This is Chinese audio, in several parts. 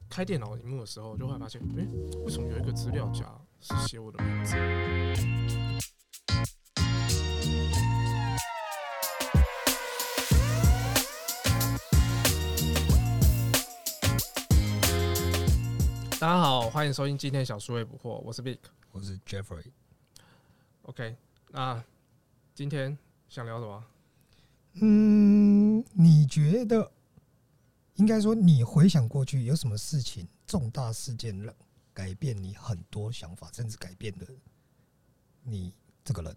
开电脑荧幕的时候，就会发现，为什么有一个资料夹是写我的名字？大家好，欢迎收听今天的小数位捕获，我是 Vic， 我是 Jeffrey。OK， 那今天想聊什么？ 你觉得应该说，你回想过去有什么事情，重大事件改变你很多想法，甚至改变了你这个人？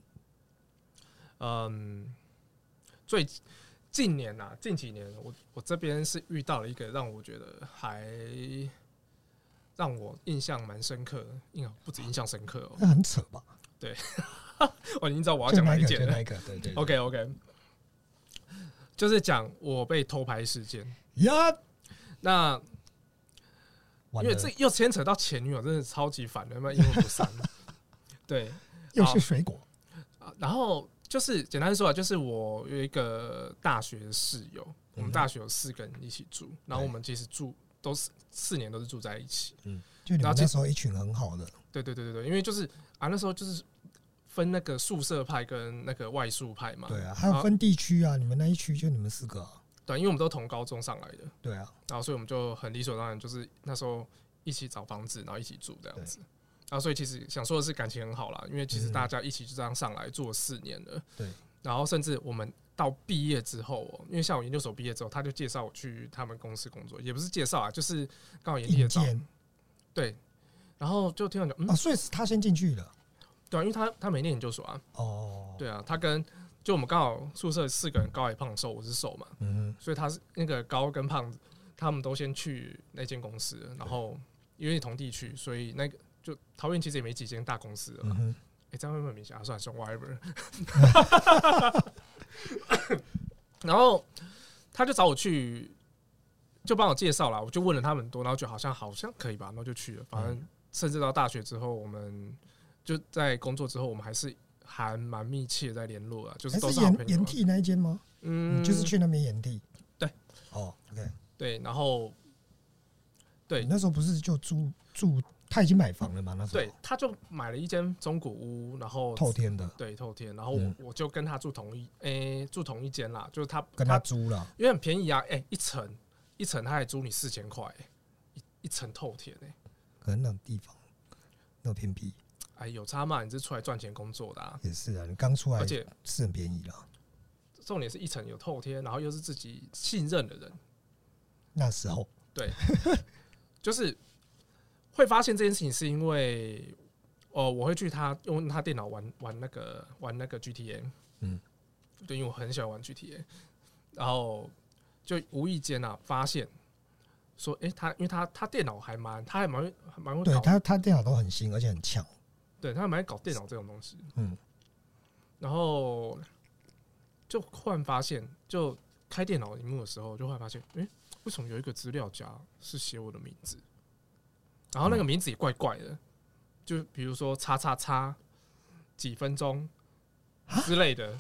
最近年啊，近几年，我这边是遇到了一个让我觉得还让我印象蛮深刻的，不止印象深刻哦， 那很扯吧？ 对，我已经知道我要讲哪一件了。 那一个，对。 OK， 就是讲我被偷拍事件。那因为这又牵扯到前女友，真的超级烦的，因为不删。对， 又是水果。 然后就是简单说啊，就是我有一个大学的室友，我们大学有4个人一起住，然后我们其实都是4年都是住在一起。 就你们那时候一群很好的。 对，因为就是那时候就是分那个宿舍派跟那个外宿派嘛。 对啊，还有分地区啊，你们那一区就你们4个啊。 对，因为我们都同高中上来的。对啊， 然后所以我们就很理所当然，就是那时候一起找房子，然后一起住这样子。然后所以其实想说的是感情很好啦，因为其实大家一起就这样上来住了4年了。 对。 然后甚至我们到毕业之后因为像我研究所毕业之后，他就介绍我去他们公司工作，也不是介绍啊，就是刚好研究所。对。然后就听到讲， 所以是他先进去了。 对啊，因为他没念研究所啊。对啊，他跟就我们刚好宿舍4个人，高矮胖瘦，我是瘦嘛。所以他是那个高跟胖子，他们都先去那间公司了，然后因为同地区，所以那个就桃园其实也没几间大公司了嘛。这样会不会很明显啊？算了，whatever。然后他就找我去，就帮我介绍啦，我就问了他们很多，然后就好像可以吧，然后就去了。反正甚至到大学之后，我们就在工作之后，我们还蛮密切在联络啊，就是都是好朋友。 研替那一间吗？你就是去那边研替。 对。 OK。 对，然后对， 你那时候不是就住，他已经买房了嘛？那时候对，他就买了一间中古屋，然后透天的。 对，透天。然后我就跟他住同一间啦，就是他跟他租了， 因为很便宜啊，一层他还租你4000块，一层透天可能那种地方那么偏僻。 有差嘛？你是出来赚钱工作的啊？ 也是啊，你刚出来， 而且是很便宜啦。 重点是一层有透天，然后又是自己信任的人。 那时候， 对，就是会发现这件事情，是因为我会去用他电脑玩那个 GTA。对，因为我很喜欢玩 GTA， 然后就无意间发现说，因为他电脑他还蛮会搞， 对他电脑都很新，而且很强。 对，他还蛮会搞电脑这种东西。然后就忽然发现，就开电脑荧幕的时候，就忽然发现，为什么有一个资料夹是写我的名字？然后那个名字也怪怪的，就比如说叉叉叉几分钟之类的，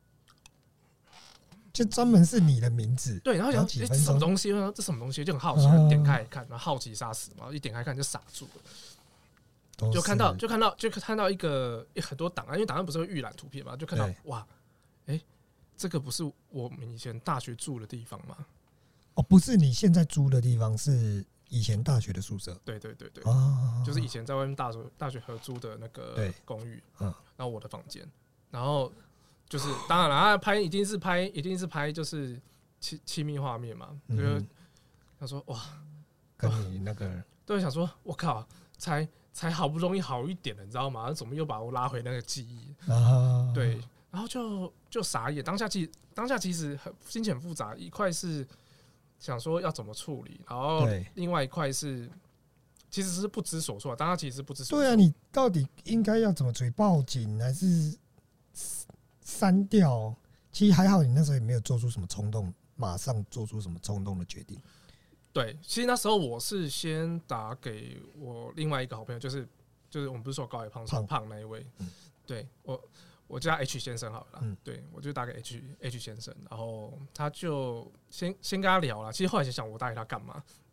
就专门是你的名字。 对，然后想这什么东西？这什么东西？就很好奇，点开来看，然后好奇杀死嘛，一点开看就傻住了。就看到一个很多档案，因为档案不是会预览图片嘛，就看到哇，这个不是我们以前大学住的地方吗？ 不是你现在租的地方，是以前大学的宿舍。 对，就是以前在外面大学合租的那个公寓。然后我的房间，然后就是当然了，他一定是拍就是亲密画面嘛。他说哇， 跟你那个对，想说我靠，才好不容易好一点了，你知道吗？怎么又把我拉回那个记忆？对，然后就傻眼。当下其实心情很复杂，一块是想说要怎么处理，然后另外一块是其实是不知所措。当下其实是不知所措。 对啊，你到底应该要怎么处理？报警还是删掉？其实还好，你那时候也没有做出什么冲动，马上做出什么冲动的决定。 对，其实那时候我是先打给我另外一个好朋友，就是我们不是说高矮胖那一位，对我叫他 H 先生好了啦，对我就打给 H 先生，然后他就先跟他聊了。其实后来想想，我打给他干嘛？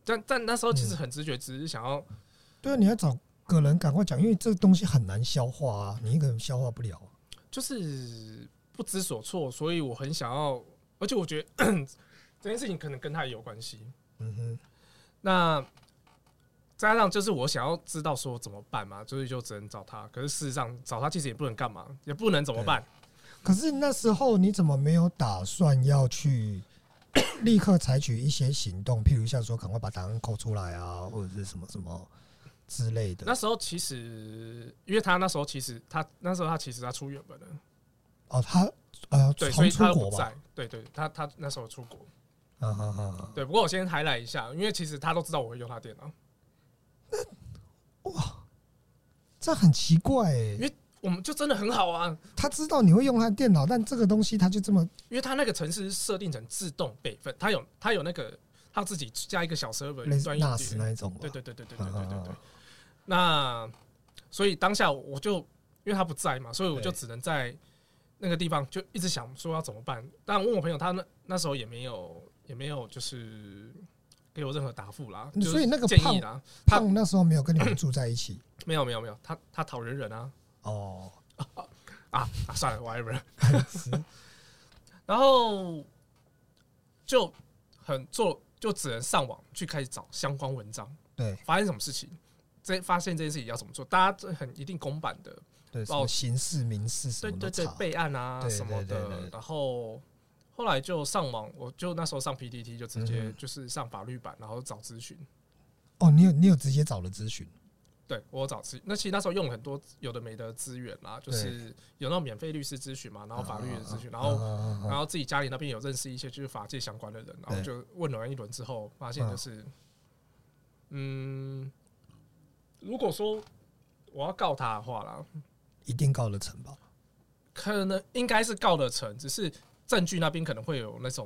但那时候其实很直觉，只是想要， 对啊，你要找个人赶快讲，因为这东西很难消化啊，你一个人消化不了， 就是不知所措，所以我很想要，而且我觉得这件事情可能跟他也有关系。那再加上就是我想要知道说怎么办嘛，所以就只能找他。可是事实上找他其实也不能干嘛，也不能怎么办。 可是那时候你怎么没有打算要去立刻采取一些行动？譬如像说赶快把档案抠出来啊，或者是什么什么之类的。 那时候其实，因为他那时候其实他出远门了。 哦，他对，所以他国不在。对，他那时候出国。对，不过我先highlight一下，因为其实他都知道我会用他电脑。 哇，这很奇怪因为我们就真的很好啊。 他知道你会用他的电脑，但这个东西他就这么， 因为他那个程式是设定成自动备份，他有那个他自己加一个小 server 云端硬件那一种。 对。那所以当下我就因为他不在嘛，所以我就只能在那个地方就一直想说要怎么办。当然问我朋友，他那时候也没有就是给我任何答复啦。 所以那个建议啦， 胖那时候没有跟你们住在一起。 没有，他讨人啊。算了 ，whatever。然后就就只能上网去开始找相关文章。 对， 发现什么事情？发现这件事情要怎么做？大家很一定公版的， 对，什么刑事、民事什么的， 对，备案啊什么的。然后后来就上网，我就那时候上 PTT 就直接就是上法律版，然后找咨询。 哦，你有直接找了咨询？ 对，我有找咨询。那其实那时候用了很多有的没的资源啦，就是有那种免费律师咨询嘛，然后法律的咨询，然后自己家里那边有认识一些就是法界相关的人，然后就问了一轮之后，发现就是，如果说我要告他的话啦， 一定告得成吧？ 可能应该是告得成，只是证据那边可能会有那种，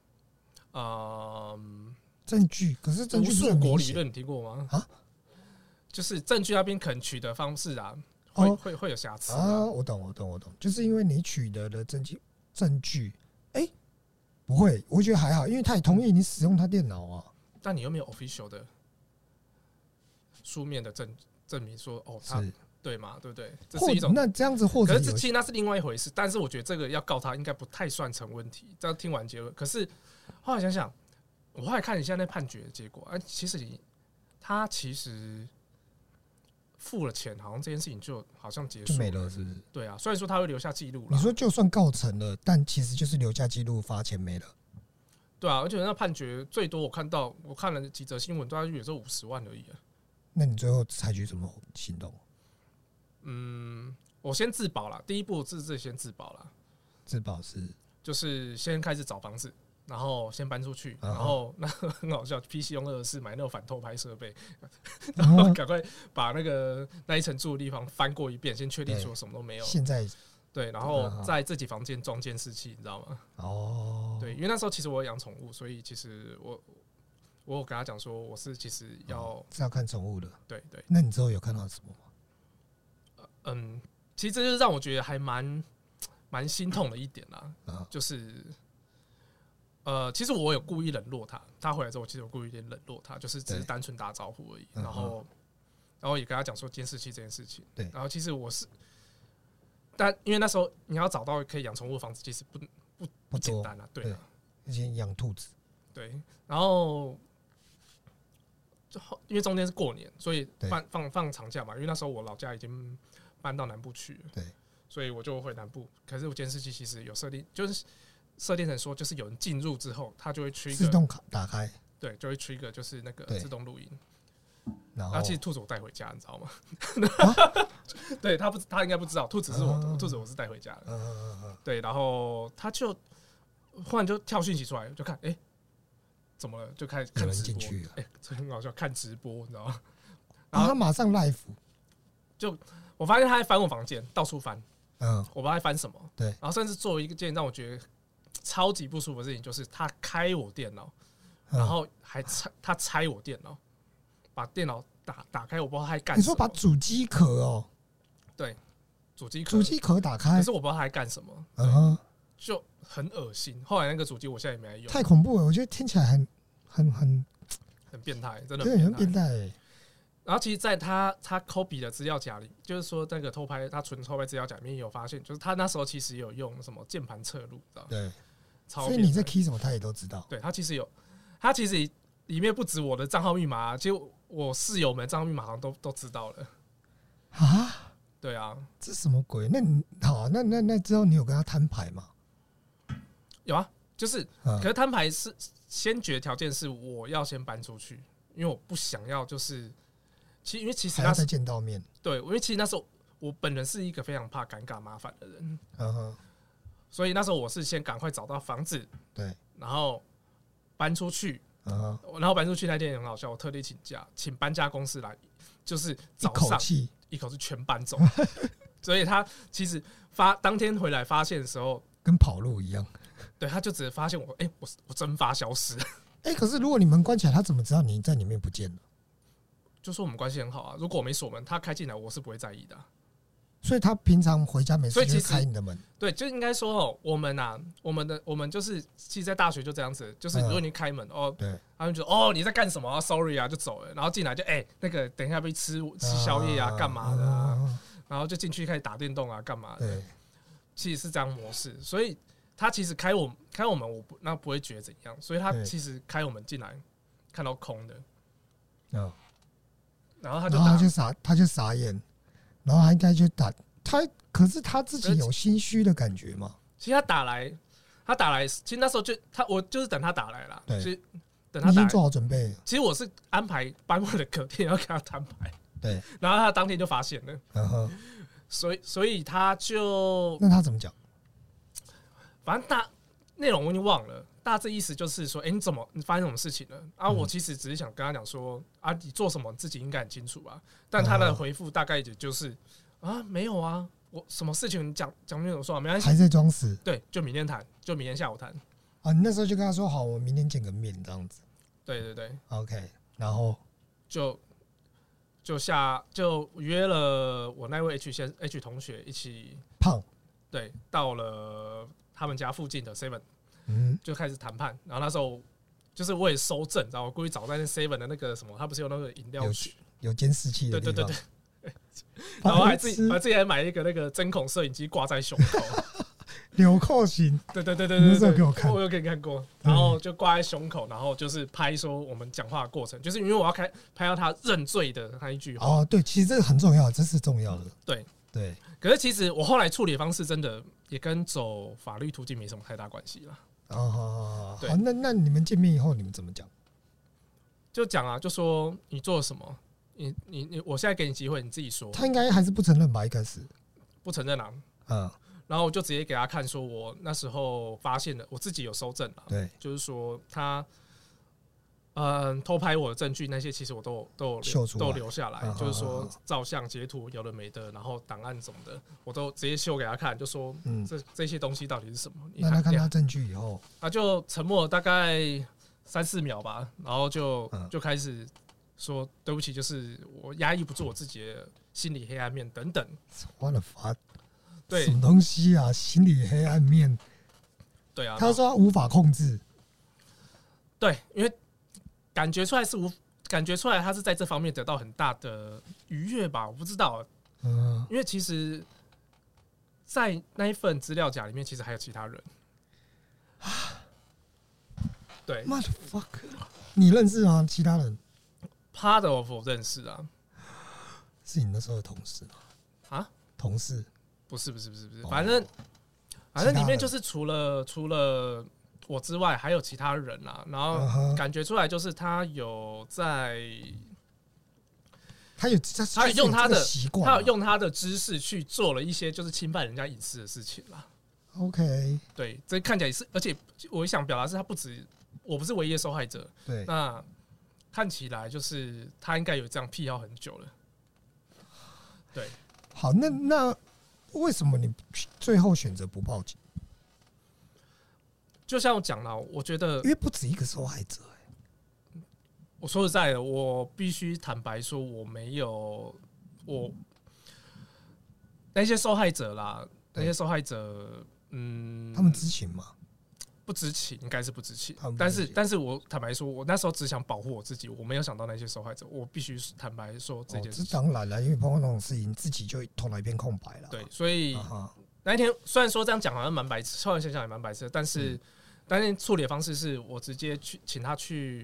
证据，可是证据不是很明显。 无数国理论你听过吗？啊，就是证据那边可能取得方式啊，会有瑕疵啊。 我懂，就是因为你取得的证据，不会，我觉得还好，因为他也同意你使用他电脑啊。 但你又没有 official 的书面的证明说，他对嘛，对不对？这是一种。 那这样子或者， 可是其实那是另外一回事。但是我觉得这个要告他应该不太算成问题。这样听完结论，可是后来想想，我后来看一下那判决的结果，其实他其实付了钱，好像这件事情就好像结束就没了，是不是？ 对啊，虽然说他会留下记录。 你说就算告成了，但其实就是留下记录，罚钱没了。 对啊，而且那判决最多我看了几则新闻，大概也就50万而已啊。 那你最后采取什么行动？ 我先自保啦，第一步是先自保啦。 自保就是先开始找房子，然后先搬出去，然后那很好笑 ，PC 用24买那种反偷拍设备，然后赶快把那一层住的地方翻过一遍，先确定说什么都没有。 现在对，然后在自己房间装监视器，你知道吗？对，因为那时候其实我有养宠物，所以其实我有跟他讲说，我是其实是要看宠物的。 对。 那你之后有看到什么吗？ 其实这就是让我觉得还蛮心痛的一点啦，就是其实我有故意冷落他回来之后，其实我故意有点冷落他，就是只是单纯打招呼而已，然后也跟他讲说监视器这件事情。 对， 然后其实但因为那时候你要找到可以养宠物的房子，其实不简单啊，对啊， 而且养兔子。 对，然后因为中间是过年，所以放长假嘛，因为那时候我老家已经搬到南部去了， 对， 所以我就回南部。可是我监视器其实有设定，就是设定成说，就是有人进入之后，它就会trigger 自动打开， 对，就会trigger就是那个自动录音。 然后其实兔子我带回家，你知道吗？对他应该不知道，兔子是我的，兔子我是带回家的。对，然后他就忽然就跳讯息出来，就看怎么了？就开始看直播，这很好笑，看直播你知道吗？ 然后他马上 live， 就我发现他在翻我房间，到处翻，我不知道在翻什么， 对， 然后甚至做一件让我觉得超级不舒服的事情，就是他开我电脑，然后他拆我电脑，把电脑打开，我不知道他在干什么。 你说把主机壳对，主机壳打开， 可是我不知道他在干什么，就很恶心。后来那个主机我现在也没来用， 太恐怖了，我觉得听起来很很变态，真的很变态。 然后其实，在他 copy 的资料夹里，就是说那个他纯偷拍资料夹里面有发现，就是他那时候其实有用什么键盘侧录，知道？ 对，所以你在 key 什么，他也都知道。 对，他其实里面不止我的账号密码，其实我室友们账号密码好像都知道了。 啊？ 对啊， 这什么鬼？那你好，那之后你有跟他摊牌吗？ 有啊，就是，可是摊牌是先决条件是我要先搬出去，因为我不想要就是。因为其实还要再见到面， 对，因为其实那时候我本人是一个非常怕尴尬麻烦的人，所以那时候我是先赶快找到房子， 对， 然后搬出去，然后搬出去那天也很好笑，我特地请假，请搬家公司来，就是早上一口气全搬走，所以他其实当天回来发现的时候， 跟跑路一样， 对，他就只发现我，我蒸发消失， 可是如果你门关起来，他怎么知道你在里面不见了？ 就说我们关系很好啊，如果我没锁门，他开进来我是不会在意的。 所以他平常回家没事就开你的门。 对，就应该说我们就是其实，在大学就这样子，就是如果你开门对， 他们就说你在干什么？Sorry 啊，就走了。然后进来就那个等一下被吃宵夜啊，干嘛的啊？然后就进去开始打电动啊，干嘛的？ 对， 其实是这样模式，所以他其实开我们，我不会觉得怎样，所以他其实开我们进来看到空的，然后他就傻眼，然后他应该就打他，可是他自己有心虚的感觉吗？ 其实他打来，其实那时候我就是等他打来啦， 对， 其实等他打来你已经做好准备。 其实我是安排班会的隔天要跟他摊牌， 对， 然后他当天就发现了，所以他就那他怎么讲？ 反正内容我已经忘了。大致意思就是说，你发生什么事情了？啊，我其实只是想跟他讲说，你做什么自己应该很清楚吧。但他的回复大概也就是没有啊，我什么事情讲没有说，没关系， 还在装死。 对，就明天谈，就明天下午谈。 你那时候就跟他说好，我明天见个面这样子。 对对对 ，OK， 然后就约了我那位 H 同学一起胖， 对，到了他们家附近的 Seven。就开始谈判，然后那时候就是我也收证，然后我故意找在那 Seven 的那个什么，他不是有那个饮料区有监视器的地方， 对，然后还自己还买一个那个针孔摄影机挂在胸口， 纽扣型， 对， 那时候给我看， 我有给你看过，然后就挂在胸口，然后就是拍说我们讲话的过程，就是因为我要拍到他认罪的那一句话。 对，其实这个很重要，这是重要的，对。 可是其实我后来处理的方式真的也跟走法律途径没什么太大关系啦。 好，那你们见面以后，你们怎么讲？ 就讲啊，就说你做了什么，我现在给你机会，你自己说。 他应该还是不承认吧？一开始不承认啊，然后我就直接给他看，说我那时候发现了，我自己有收证了， 对， 就是说他偷拍我的证据那些，其实我都留下来，就是说照相、截图有的没的，然后档案什么的，我都直接秀给他看，就说这些东西到底是什么？ 那他看他证据以后， 他就沉默了大概3-4秒吧，然后就开始说对不起，就是我压抑不住我自己的心理黑暗面等等。 我的发， 对， 什么东西啊？心理黑暗面？ 对啊， 他说他无法控制。 对，因为感觉出来他是在这方面得到很大的愉悦吧？我不知道，因为其实，在那一份资料夹里面，其实还有其他人。对 ，motherfucker， 你认识吗？其他人 ？Part of 我认识啊， 是你那时候的同事吗？同事？ 不是，反正里面就是除了我之外还有其他人啦，然后感觉出来就是他有用他的习惯，他有用他的知识去做了一些就是侵犯人家隐私的事情啦。 OK， 对，这看起来是，而且我想表达是他我不是唯一的受害者， 对， 那看起来就是他应该有这样癖好很久了。对， 好，那为什么你最后选择不报警？ 就像我讲了，我觉得因为不止一个受害者。 我说实在的，我必须坦白说，我没有那些受害者啦，那些受害者， 他们知情吗？ 不知情，应该是不知情。但是我坦白说，我那时候只想保护我自己，我没有想到那些受害者。我必须坦白说这件事情。 这当然了，因为碰到那种事情，自己就头脑一片空白了。 对，所以那一天虽然说这样讲好像蛮白痴，后来想想也蛮白痴，但是那天处理的方式是我直接去请他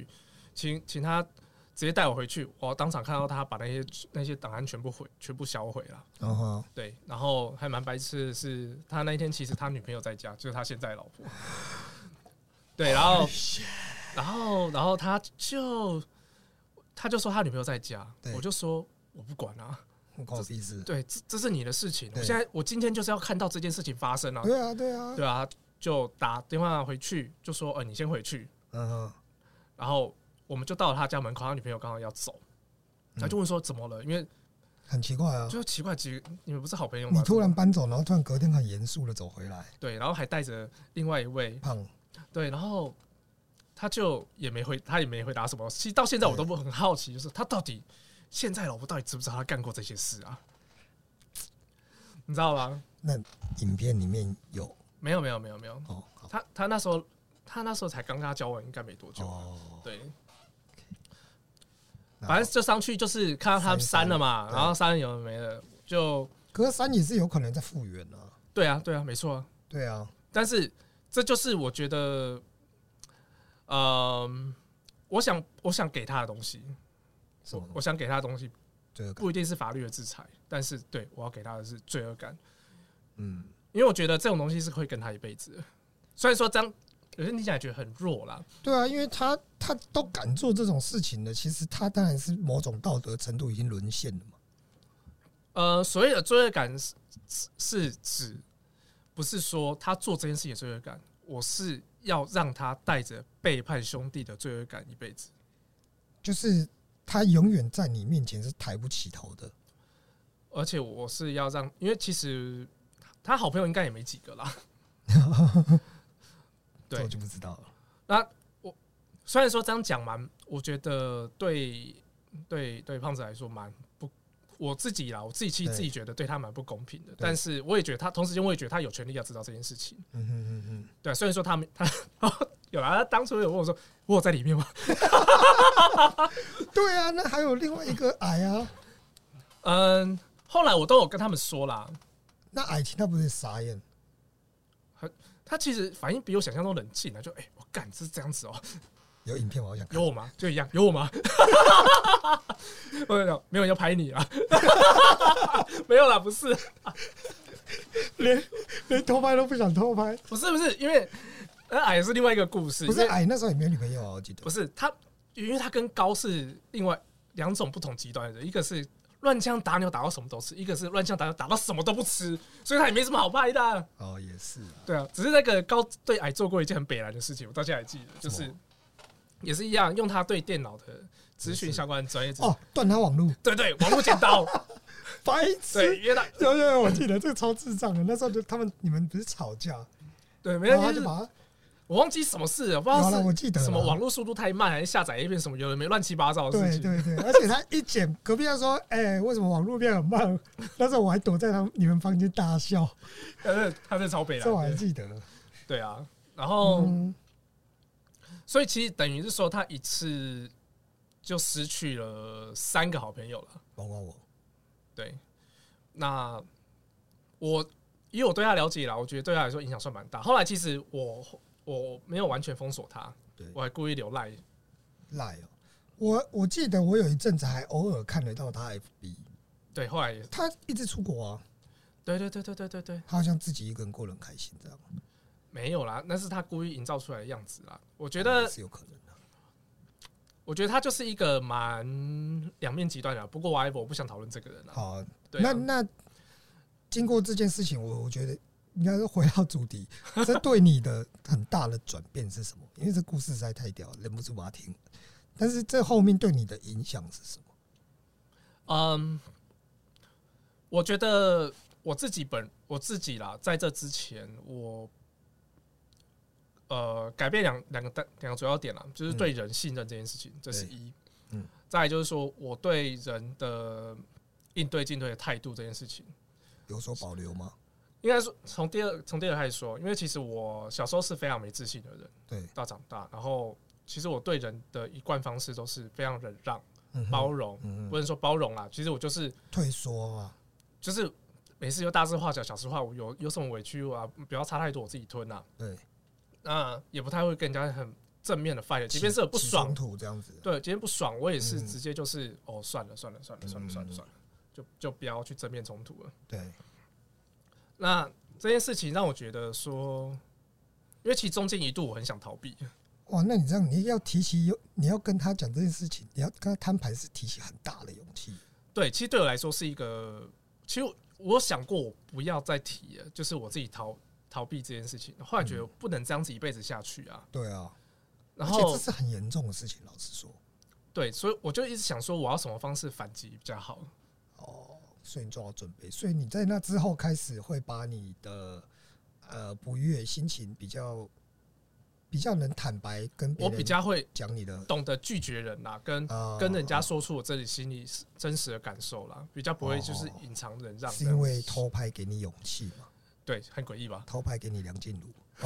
直接带我回去，我当场看到他把那些档案全部销毁了。对，然后还蛮白痴的是，他那一天其实他女朋友在家，就是他现在的老婆。对，然后他就说他女朋友在家，我就说我不管啊， 关我屁事。 对，这是你的事情，我今天就是要看到这件事情发生啊。对啊，就打电话回去就说你先回去。然后我们就到了他家门口，他女朋友刚好要走，他就问说怎么了？因为很奇怪啊， 就奇怪，你们不是好朋友吗？ 你突然搬走，然后突然隔天很严肃的走回来， 对，然后还带着另外一位胖， 对，然后他也没回答什么。其实到现在我都很好奇，就是他到底现在老婆到底知不知道他干过这些事啊？你知道吗？ 那影片里面有？ 没有。他那时候才刚跟他交往，应该没多久。对。反正就上去就是看到他删了嘛，然后删有的没的， 可是删也是有可能在复原啊。 对啊，没错啊。 对啊， 但是这就是我觉得，我想给他的东西，我想给他的东西，不一定是法律的制裁，但是对我要给他的是罪恶感。因为我觉得这种东西是会跟他一辈子的。虽然说这样有些听起来觉得很弱啦， 对啊，因为他都敢做这种事情了，其实他当然是某种道德程度已经沦陷了嘛。 所谓的罪恶感是指不是说他做这件事情的罪恶感，我是要让他带着背叛兄弟的罪恶感一辈子， 就是他永远在你面前是抬不起头的。 而且我是要让，因为其实他好朋友应该也没几个啦。 对，我就不知道了。 那我虽然说这样讲我觉得对胖子来说不，我自己其实自己觉得对他蛮不公平的。但是我也觉得他，同时间我也觉得他有权利要知道这件事情。对，虽然说他有他当初有问我说我有在里面吗？ 对啊，那还有另外一个矮啊。 后来我都有跟他们说啦。 那矮听他不是傻眼？ 他其实反应比我想象中冷静啊，就我干是这样子哦。 有影片我好想看。 有我吗？就一样有我吗？没有人要拍你啊。没有啦，不是。 连偷拍都不想偷拍。 不是，因为矮是另外一个故事。 不是矮那时候也没有女朋友啊，我记得。 不是他，因为他跟高是另外两种不同极端的人，一个是乱枪打鸟打到什么都吃，一个是乱枪打鸟打到什么都不吃，所以他也没什么好拍的。 也是。 对啊，只是那个高对矮做过一件很北蓝的事情，我到现在还记得，就是也是一样，用他对电脑的资讯相关的专业知识断他网路。 对，网路剪刀。 白痴。 对，因为他有，我记得这个超智障的。那时候你们不是吵架？ 对，没有， 他就把他。 我忘记什么事了，我不知道是我记得什么网络速度太慢，还是下载一遍什么有的没乱七八糟的事情。 对，而且他一剪，隔壁他说：“为什么网络变很慢？”那时候我还躲在你们房间大笑。 他是超北蓝， 这我还记得。 对啊，然后，所以其实等于是说，他一次就失去了3个好朋友了， 包括我。 对，那以我对他了解啦，我觉得对他来说影响算蛮大。后来其实我没有完全封锁他，我还故意留赖我记得我有一阵子还偶尔看得到他 FB。 对，后来也他一直出国啊。 对， 他好像自己一个人过得很开心这样。 没有啦，那是他故意营造出来的样子啦。我觉得是有可能的。 我觉得他就是一个蛮两面极端的，不过我不想讨论这个人啦。 好，那经过这件事情，我觉得应该是回到主题，这对你的很大的转变是什么？因为这故事实在太屌了，忍不住把它听。但是这后面对你的影响是什么？ 我觉得我自己啦，在这之前我改变两个主要点啦，就是对人信任这件事情，这是一。再来就是说我对人的应对进退的态度这件事情。 有所保留吗？ 应该说从第二开始说，因为其实我小时候是非常没自信的人， 对， 到长大，然后其实我对人的一贯方式都是非常忍让、包容，不能说包容啦，其实我就是退缩啊， 就是每次就大事化小，小事化无，有什么委屈啊，不要差太多，我自己吞啊。 对， 那也不太会跟人家很正面的 fight， 即便是有不爽冲突这样子。 对，今天不爽，我也是直接就是算了，就不要去正面冲突了。 对。 那这件事情让我觉得说，因为其实中间一度我很想逃避。 哇，那你这样，你要跟他讲这件事情，你要跟他摊牌，是提起很大的勇气。 对，其实对我来说是一个，其实我想过我不要再提了，就是我自己逃避这件事情。后来觉得不能这样子一辈子下去啊。 对啊， 然后而且这是很严重的事情，老实说。 对，所以我就一直想说，我要什么方式反击比较好。 所以你做好准备，所以你在那之后开始会把你的不悦心情比较能坦白跟别人， 我比较会讲你的， 懂得拒绝人啦，跟人家说出我自己心里真实的感受啦，比较不会就是隐藏忍让。 是因为偷拍给你勇气嘛？ 对，很诡异吧？ 偷拍给你梁静茹，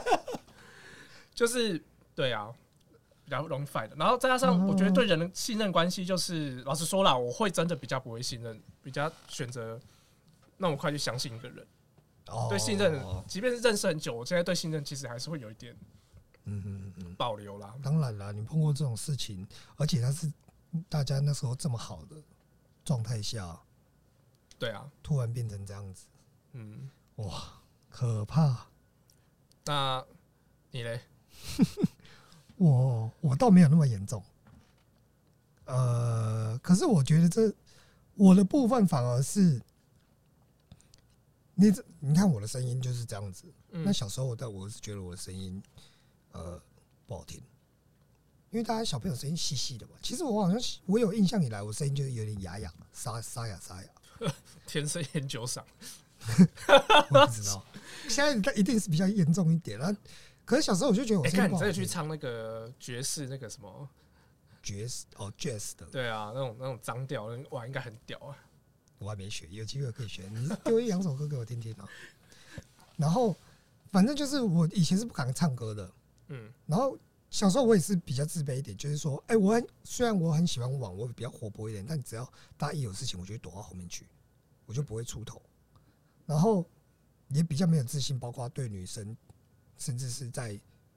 就是对啊。比较容易 fight 的，然后再加上我觉得对人的信任关系，就是老实说啦，我会真的比较不会信任，比较选择那么快就相信一个人。对信任，即便是认识很久，我现在对信任其实还是会有一点保留啦。 当然啦，你碰过这种事情，而且他是大家那时候这么好的状态下， 对啊， 突然变成这样子，哇，可怕。 那你嘞？ 我倒没有那么严重，可是我觉得我的部分反而是，你看我的声音就是这样子。那小时候我是觉得我的声音不好听，因为大家小朋友声音细细的嘛。其实我好像我有印象以来，我声音就是有点哑哑、沙哑。 天生烟酒嗓， 我不知道，现在一定是比较严重一点了。可是小时候我就觉得我声音不好听。 你再去唱那个爵士那个什么 jazz 的， 对啊，那种脏调，哇，应该很屌啊！ 我还没学，有机会可以学。你丢一两首歌给我听听啊。然后反正就是我以前是不敢唱歌的，然后小时候我也是比较自卑一点，就是说，虽然我很喜欢玩，我比较活泼一点，但只要大家一有事情，我就会躲到后面去，我就不会出头。然后也比较没有自信，包括对女生。甚至是在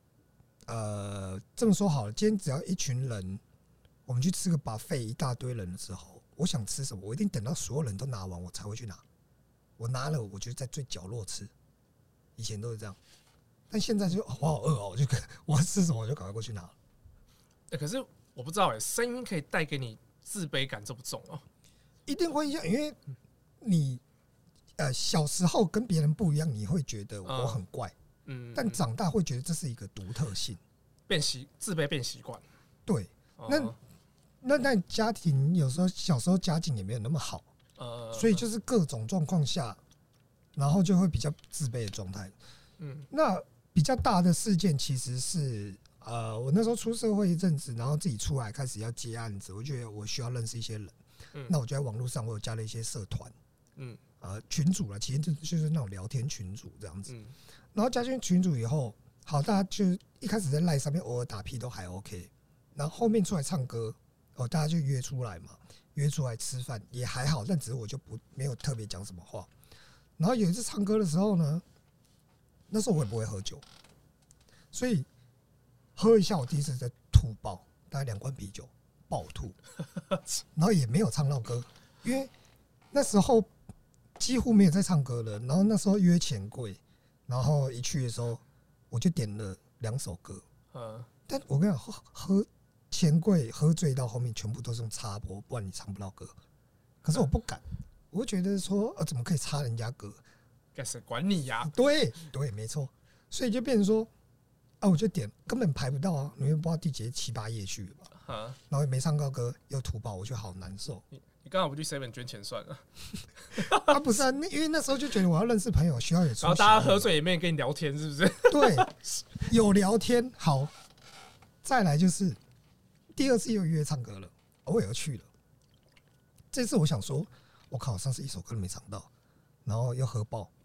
这么说好了，今天只要一群人，我们去吃个 buffet， 一大堆人的时候，我想吃什么，我一定等到所有人都拿完，我才会去拿。我拿了，我就在最角落吃。以前都是这样，但现在就我好饿哦，我要吃什么我就赶快过去拿。 可是我不知道声音可以带给你自卑感这么重哦？ 一定会一样，因为你小时候跟别人不一样，你会觉得我很怪。但长大会觉得这是一个独特性， 自卑变习惯。 对，那家庭有时候小时候家境也没有那么好，所以就是各种状况下，然后就会比较自卑的状态。那比较大的事件其实是我那时候出社会一阵子，然后自己出来开始要接案子，我觉得我需要认识一些人，那我就在网络上我有加了一些社团，群组啦，其实就是那种聊天群组这样子。然后加进群组以后，好，大家就一开始在 LINE 上面偶尔打屁都还 OK， 然后后面出来唱歌，大家就约出来嘛，约出来吃饭也还好，但只是我就没有特别讲什么话。然后有一次唱歌的时候呢，那时候我也不会喝酒，所以喝一下我第一次在吐爆，大概2罐啤酒爆吐，然后也没有唱到歌，因为那时候几乎没有在唱歌了。然后那时候约钱柜。然后一去的时候，我就点了2首歌。但我跟你讲，喝钱柜喝醉到后面全部都是用插播，不然你唱不到歌。可是我不敢，我会觉得说，怎么可以插人家歌？ 该是管你呀！ 对，没错。所以就变成说，我就点根本排不到啊，你又不知道第几7、8页去了吧？然后也没唱到歌，又吐爆，我就好难受。 你刚好不去 7 捐钱算了。 不是啊，因为那时候就觉得我要认识朋友，需要有出席， 然后大家喝醉也没人跟你聊天，是不是？ 对，有聊天好。再来就是第2次又约唱歌了，我也要去了。这次我想说，我靠，上次1首歌都没唱到，然后又喝爆，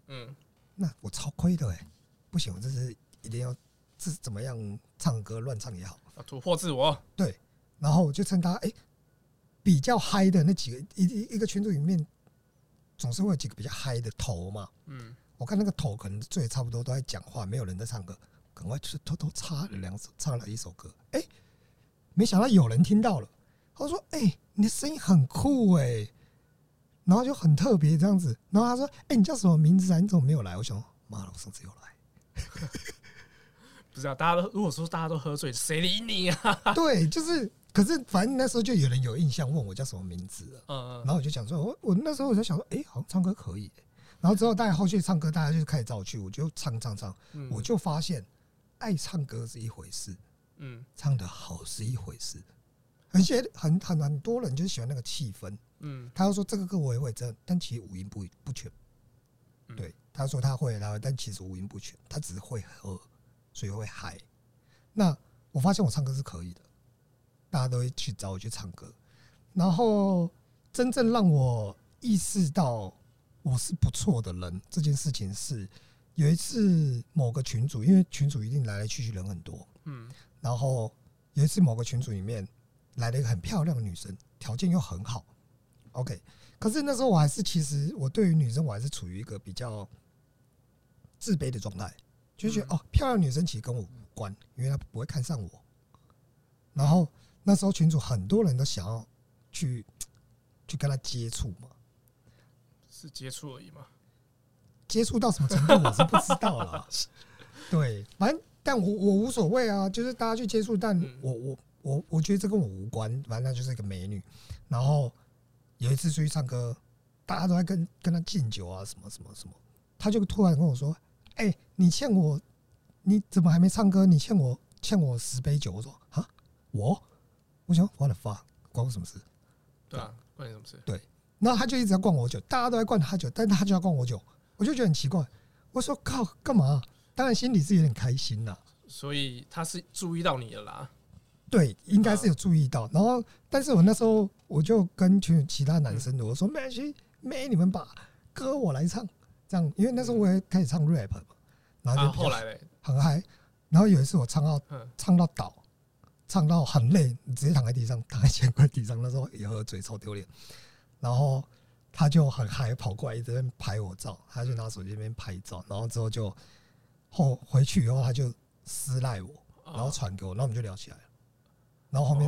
那我超亏的不行，我这是一定要，这是怎么样唱歌乱唱也好， 要突破自我。 对，然后我就趁他比较嗨的那几个一个群组里面，总是会有几个比较嗨的头嘛。我看那个头可能最差不多都在讲话，没有人在唱歌，赶快就是偷偷唱了一首歌。没想到有人听到了，他说：“你的声音很酷然后就很特别这样子。然后他说：“你叫什么名字啊？你怎么没有来？”我想，妈的，我上次有来。 不是啊，大家都如果说大家都喝醉，谁理你啊？ 对，就是，可是反正那时候就有人有印象问我叫什么名字了。然后我就想说，我那时候我就想说，好像唱歌可以。然后之后大家后续唱歌，大家就开始找我去，我就唱，我就发现爱唱歌是一回事，唱得好是一回事。很多人就喜欢那个气氛。他就说这个歌我也会，但其实五音不全。对，他说他会，但其实五音不全，他只是会喝，所以会嗨。那我发现我唱歌是可以的，大家都会去找我去唱歌。然后真正让我意识到我是不错的人这件事情是，有一次某个群组，因为群组一定来来去去人很多，然后有一次某个群组里面来了一个很漂亮的女生，条件又很好。OK， 可是那时候我还是，其实我对于女生我还是处于一个比较自卑的状态，就觉得漂亮女生其实跟我无关，因为她不会看上我。然后那时候群组很多人都想要去跟她接触嘛， 是接触而已嘛？ 接触到什么程度我是不知道啦。对，反正但我无所谓啊，就是大家去接触，但我觉得这跟我无关，反正她就是一个美女，然后。有一次出去唱歌，大家都在跟他敬酒啊，什么什么什么，他就突然跟我说：“你欠我，你怎么还没唱歌？你欠我10杯酒。”我说：“啊，我想 what the fuck， 关我什么事？” 对啊，关你什么事？ 对，然后他就一直在灌我酒，大家都在灌他酒，但他就要灌我酒，我就觉得很奇怪。我说：“靠，干嘛？”当然心里是有点开心啦。 所以他是注意到你了啦。 对，应该是有注意到。然后，但是我那时候我就跟其他男生我说：“没关系，你们把歌我来唱。”这样，因为那时候我也开始唱 rap 嘛，然后就后来很嗨。然后有一次我唱到倒，唱到很累，你直接躺在地上，躺在钱柜地上。那时候也喝醉，超丢脸。然后他就很嗨，跑过来一直在拍我照，他就拿手机那边拍照。然后之后就回去以后，他就私赖我，然后传给我，然后我们就聊起来了。然后后面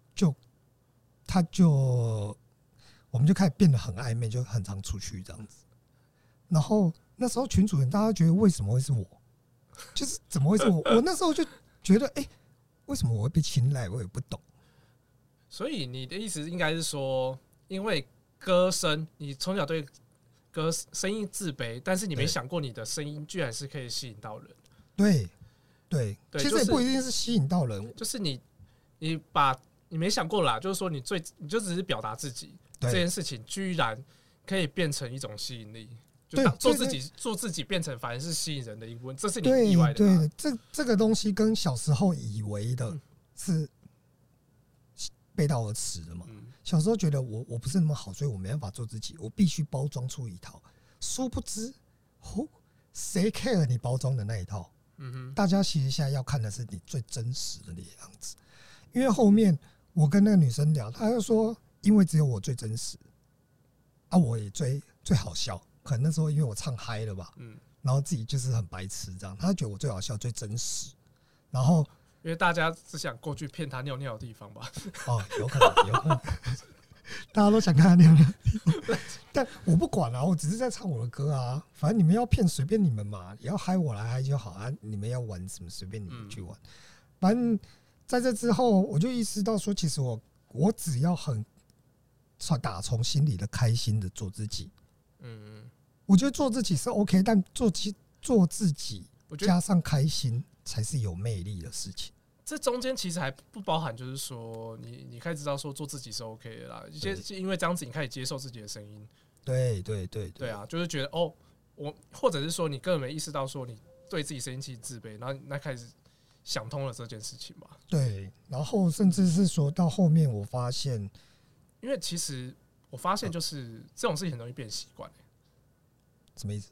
我们就开始变得很暧昧，就很常出去这样子。然后那时候群主人大家觉得为什么会是我，就是怎么会是我？我那时候就觉得，为什么我会被青睐？我也不懂。 所以你的意思应该是说，因为歌声，你从小对声音自卑，但是你没想过你的声音居然是可以吸引到人。 对，其实也不一定是吸引到人， 就是你没想过啦，就是说你就只是表达自己这件事情，居然可以变成一种吸引力，就做自己变成反而是吸引人的一部分，这是你意外的吧？ 对，这个东西跟小时候以为的是背道而驰的嘛。小时候觉得我不是那么好，所以我没办法做自己，我必须包装出一套。殊不知，谁 care 你包装的那一套？大家其实现在要看的是你最真实的那个样子。因为后面我跟那个女生聊，她就说，因为只有我最真实，我也最好笑。可能那时候因为我唱嗨了吧，然后自己就是很白痴这样，她觉得我最好笑、最真实。然后因为大家只想过去骗她尿尿的地方吧？ 有可能，大家都想看她尿尿的地方，但我不管啊，我只是在唱我的歌啊。反正你们要骗随便你们嘛，也要嗨我来嗨就好啊。你们要玩什么随便你们去玩，反正。在这之后，我就意识到说，其实我只要很打从心里的开心的做自己，我觉得做自己是 OK， 但做自己加上开心才是有魅力的事情。 这中间其实还不包含，就是说你开始知道说做自己是 OK 的啦，因为这样子你开始接受自己的声音。 对啊，就是觉得我或者是说你根本没意识到说你对自己声音其实自卑，然后那开始。想通了这件事情吧。 对，然后甚至是说到后面，我发现， 因为其实我发现就是这种事情很容易变习惯。 什么意思？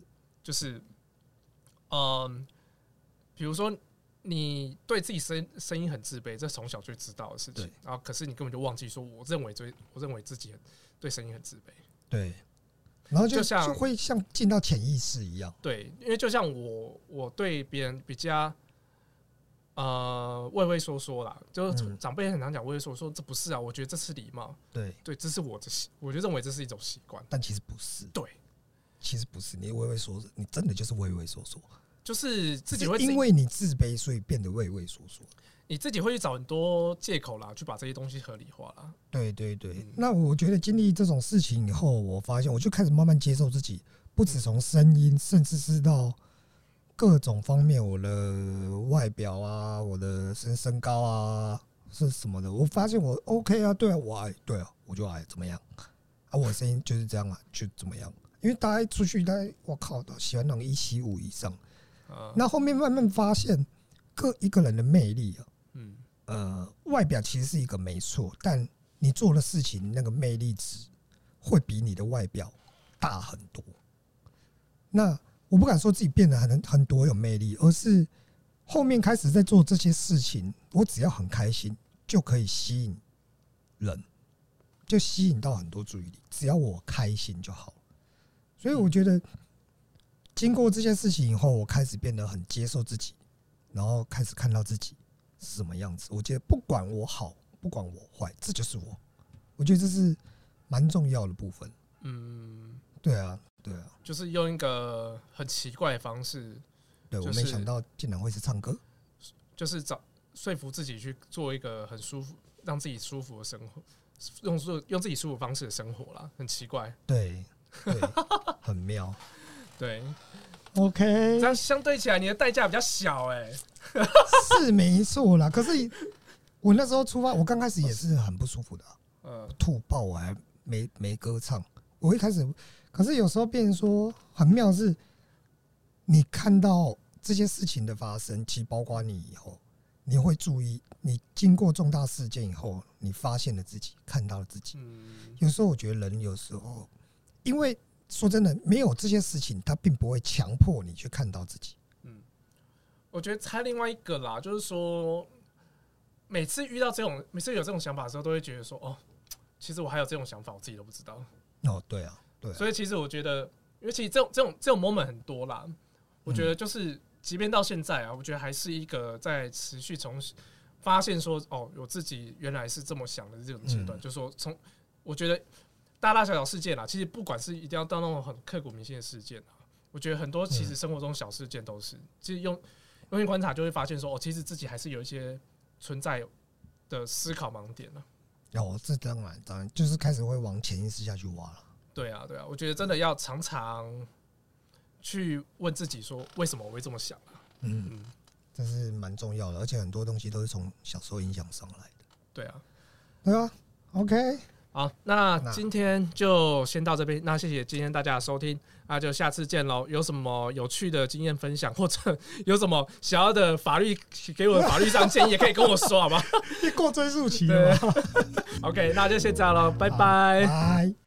就是比如说你对自己声音很自卑，这从小就知道的事情，然后可是你根本就忘记说，我认为自己对声音很自卑。 对，然后就会像进到潜意识一样。 对，因为就像我对别人比较畏畏缩缩啦，就是长辈很常讲畏畏缩缩，这不是啊，我觉得这是礼貌。 对， 这是我就认为这是一种习惯， 但其实不是。 对， 其实不是，你畏畏缩缩，你真的就是畏畏缩缩。 就是自己会因为你自卑，所以变得畏畏缩缩。 你自己会去找很多借口啦，去把这些东西合理化啦。 对对对，那我觉得经历这种事情以后，我发现我就开始慢慢接受自己，不只从声音，甚至是到各种方面，我的外表啊，我的身高啊，是什么的，我发现我 OK 啊，对啊，我矮，对啊，我就矮，怎么样？啊，我的声音就是这样啊，就怎么样？因为大家出去，我靠，都喜欢那种175以上。那后面慢慢发现，一个人的魅力啊，外表其实是一个没错，但你做的事情那个魅力值会比你的外表大很多。那我不敢说自己变得很多有魅力，而是后面开始在做这些事情，我只要很开心就可以吸引人，就吸引到很多注意力，只要我开心就好。所以我觉得。经过这件事情以后，我开始变得很接受自己，然后开始看到自己是什么样子。我觉得不管我好，不管我坏，这就是我。我觉得这是蛮重要的部分。对啊，对啊， 就是用一个很奇怪的方式。 对，我没想到竟然会是唱歌， 就是说服自己去做一个很舒服、让自己舒服的生活，用自己舒服方式的生活啦，很奇怪。 对，很妙。 对 ，OK， 这样相对起来，你的代价比较小是没错啦。可是我那时候出发，我刚开始也是很不舒服的，吐爆，我还没歌唱。我一开始，可是有时候变成说很妙是，你看到这些事情的发生，其实包括你以后，你会注意，你经过重大事件以后，你发现了自己，看到了自己。有时候我觉得人有时候，因为。说真的，没有这些事情，他并不会强迫你去看到自己。 我觉得还另外一个啦，就是说，每次有这种想法的时候，都会觉得说，哦，其实我还有这种想法，我自己都不知道。 哦，对啊，对啊。 所以其实我觉得，因为其实这种 moment 很多啦。我觉得就是，即便到现在啊，我觉得还是一个在持续从发现说，哦，我自己原来是这么想的这种阶段。就是说，我觉得。大大小小事件啦，其实不管是一定要到那种很刻骨铭心的事件啊，我觉得很多其实生活中小事件都是，其实用心观察就会发现说，哦，其实自己还是有一些存在的思考盲点了。 这当然就是开始会往潜意识下去挖了。 对啊，我觉得真的要常常去问自己说，为什么我会这么想啊？ 这是蛮重要的，而且很多东西都是从小时候影响上来的。 对啊 ，OK。 好，那今天就先到这边。那谢谢今天大家的收听，那就下次见喽。有什么有趣的经验分享，或者有什么想要的给我的法律上建议，也可以跟我说，好吗？ 过追溯期了吗？ OK， 那就先这样喽，拜拜。